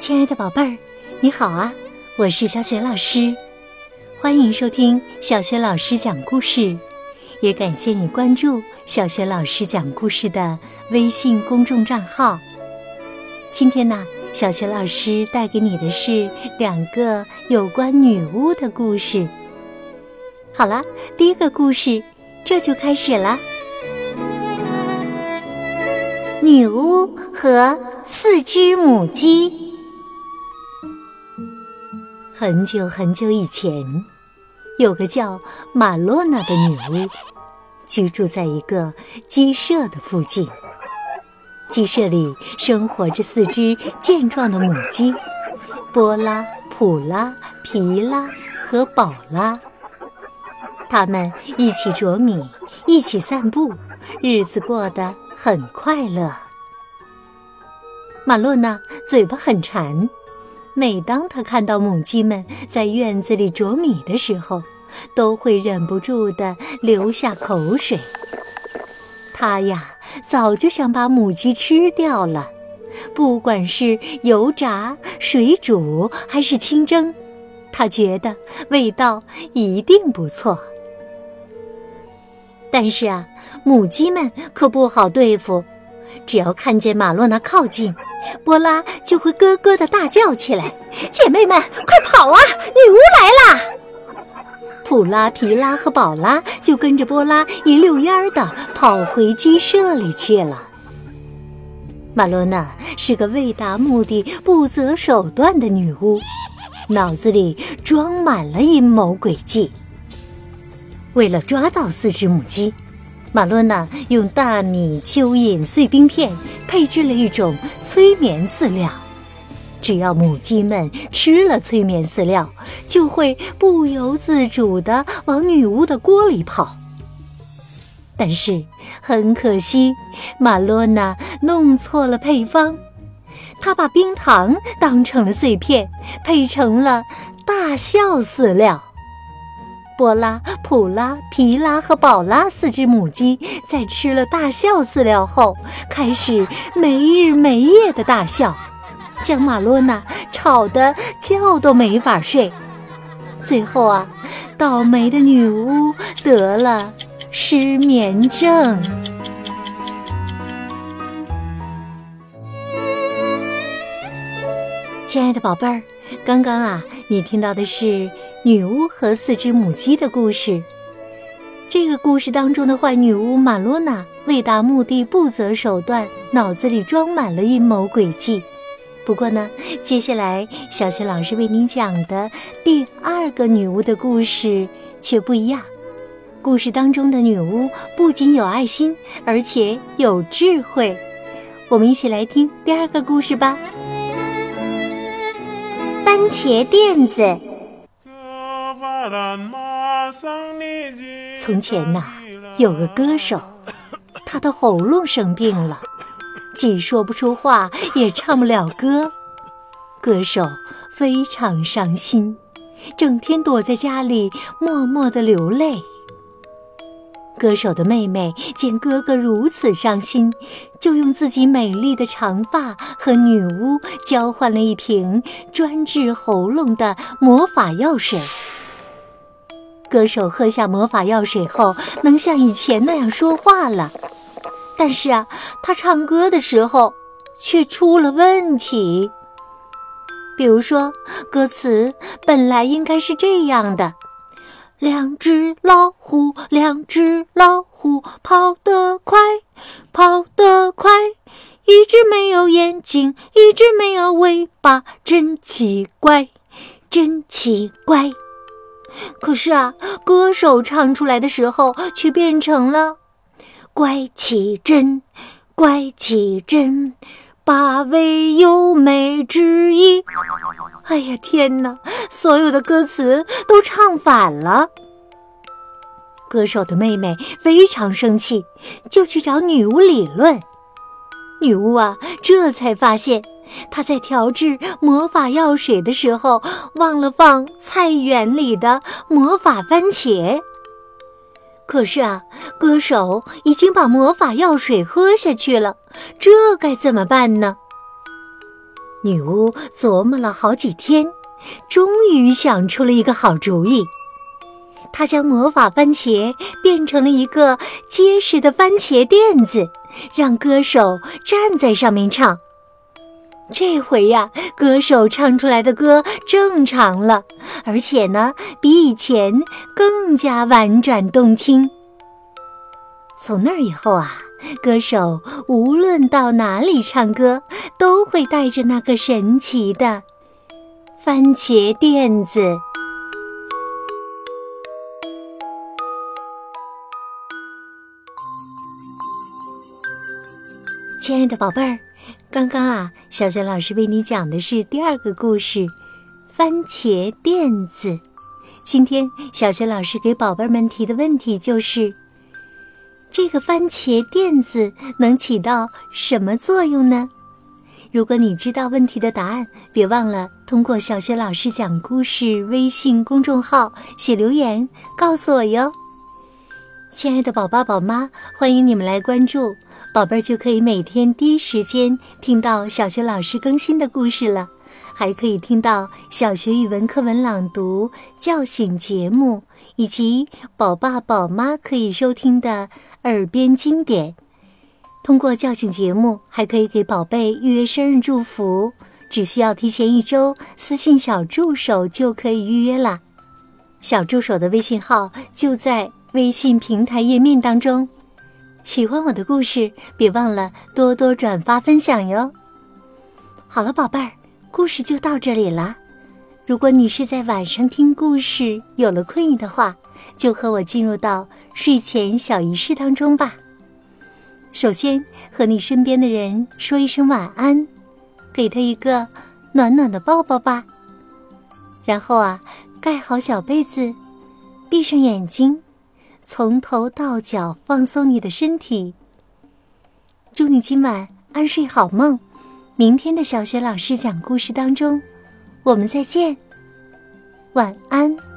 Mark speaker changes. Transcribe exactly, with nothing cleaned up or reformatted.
Speaker 1: 亲爱的宝贝儿，你好啊，我是小雪老师，欢迎收听小雪老师讲故事，也感谢你关注小雪老师讲故事的微信公众账号。今天呢，小雪老师带给你的是两个有关女巫的故事。好了，第一个故事这就开始了。女巫和四只母鸡。很久很久以前，有个叫马洛娜的女巫，居住在一个鸡舍的附近。鸡舍里生活着四只健壮的母鸡，波拉、普拉、皮拉和宝拉。它们一起啄米，一起散步，日子过得很快乐。马洛娜嘴巴很馋，每当她看到母鸡们在院子里啄米的时候，都会忍不住地流下口水。她呀，早就想把母鸡吃掉了，不管是油炸、水煮还是清蒸，她觉得味道一定不错。但是啊，母鸡们可不好对付，只要看见马洛娜靠近，波拉就会咯咯地大叫起来：“姐妹们，快跑啊！女巫来啦！”普拉、皮拉和宝拉就跟着波拉一溜烟儿地跑回鸡舍里去了。马洛娜是个为达目的不择手段的女巫，脑子里装满了阴谋诡计。为了抓到四只母鸡，马洛娜用大米、蚯蚓、碎冰片配制了一种催眠饲料。只要母鸡们吃了催眠饲料，就会不由自主地往女巫的锅里跑。但是很可惜，马洛娜弄错了配方，她把冰糖当成了碎片，配成了大象饲料。波拉、普拉、皮拉和宝拉四只母鸡在吃了大笑饲料后，开始没日没夜的大笑，将马洛娜吵得觉都没法睡。最后啊，倒霉的女巫得了失眠症。亲爱的宝贝儿，刚刚啊，你听到的是女巫和四只母鸡的故事。这个故事当中的坏女巫马洛娜为达目的不择手段，脑子里装满了阴谋诡计。不过呢，接下来小雪老师为你讲的第二个女巫的故事却不一样。故事当中的女巫不仅有爱心，而且有智慧。我们一起来听第二个故事吧。番茄垫子。从前呐，有个歌手，他的喉咙生病了，既说不出话，也唱不了歌。歌手非常伤心，整天躲在家里默默地流泪。歌手的妹妹见哥哥如此伤心，就用自己美丽的长发和女巫交换了一瓶专治喉咙的魔法药水。歌手喝下魔法药水后，能像以前那样说话了，但是啊，他唱歌的时候却出了问题。比如说，歌词本来应该是这样的：两只老虎，两只老虎，跑得快，跑得快，一只没有眼睛，一只没有尾巴，真奇怪，真奇怪。可是啊，歌手唱出来的时候却变成了怪奇真，怪奇真，八位优美之一。哎呀天哪，所有的歌词都唱反了。歌手的妹妹非常生气，就去找女巫理论。女巫啊，这才发现她在调制魔法药水的时候忘了放菜园里的魔法番茄。可是啊，歌手已经把魔法药水喝下去了，这该怎么办呢？ 女巫琢磨了好几天，终于想出了一个好主意。她将魔法番茄变成了一个结实的番茄垫子，让歌手站在上面唱。这回呀，歌手唱出来的歌正常了，而且呢，比以前更加婉转动听。从那儿以后啊，歌手无论到哪里唱歌，都会带着那个神奇的番茄垫子。亲爱的宝贝儿，刚刚啊，小雪老师为你讲的是第二个故事，番茄垫子。今天小雪老师给宝贝们提的问题就是，这个番茄垫子能起到什么作用呢？如果你知道问题的答案，别忘了通过小雪老师讲故事微信公众号写留言告诉我哟。亲爱的宝爸宝妈，欢迎你们来关注，宝贝儿就可以每天第一时间听到小学老师更新的故事了，还可以听到小学语文课文朗读、叫醒节目，以及宝爸宝妈可以收听的耳边经典。通过叫醒节目，还可以给宝贝预约生日祝福，只需要提前一周私信小助手就可以预约了。小助手的微信号就在微信平台页面当中。喜欢我的故事，别忘了多多转发分享哟。好了，宝贝儿，故事就到这里了。如果你是在晚上听故事有了困意的话，就和我进入到睡前小仪式当中吧。首先和你身边的人说一声晚安，给他一个暖暖的抱抱吧。然后啊，盖好小被子，闭上眼睛，从头到脚放松你的身体。祝你今晚安睡好梦，明天的小雪老师讲故事当中我们再见，晚安。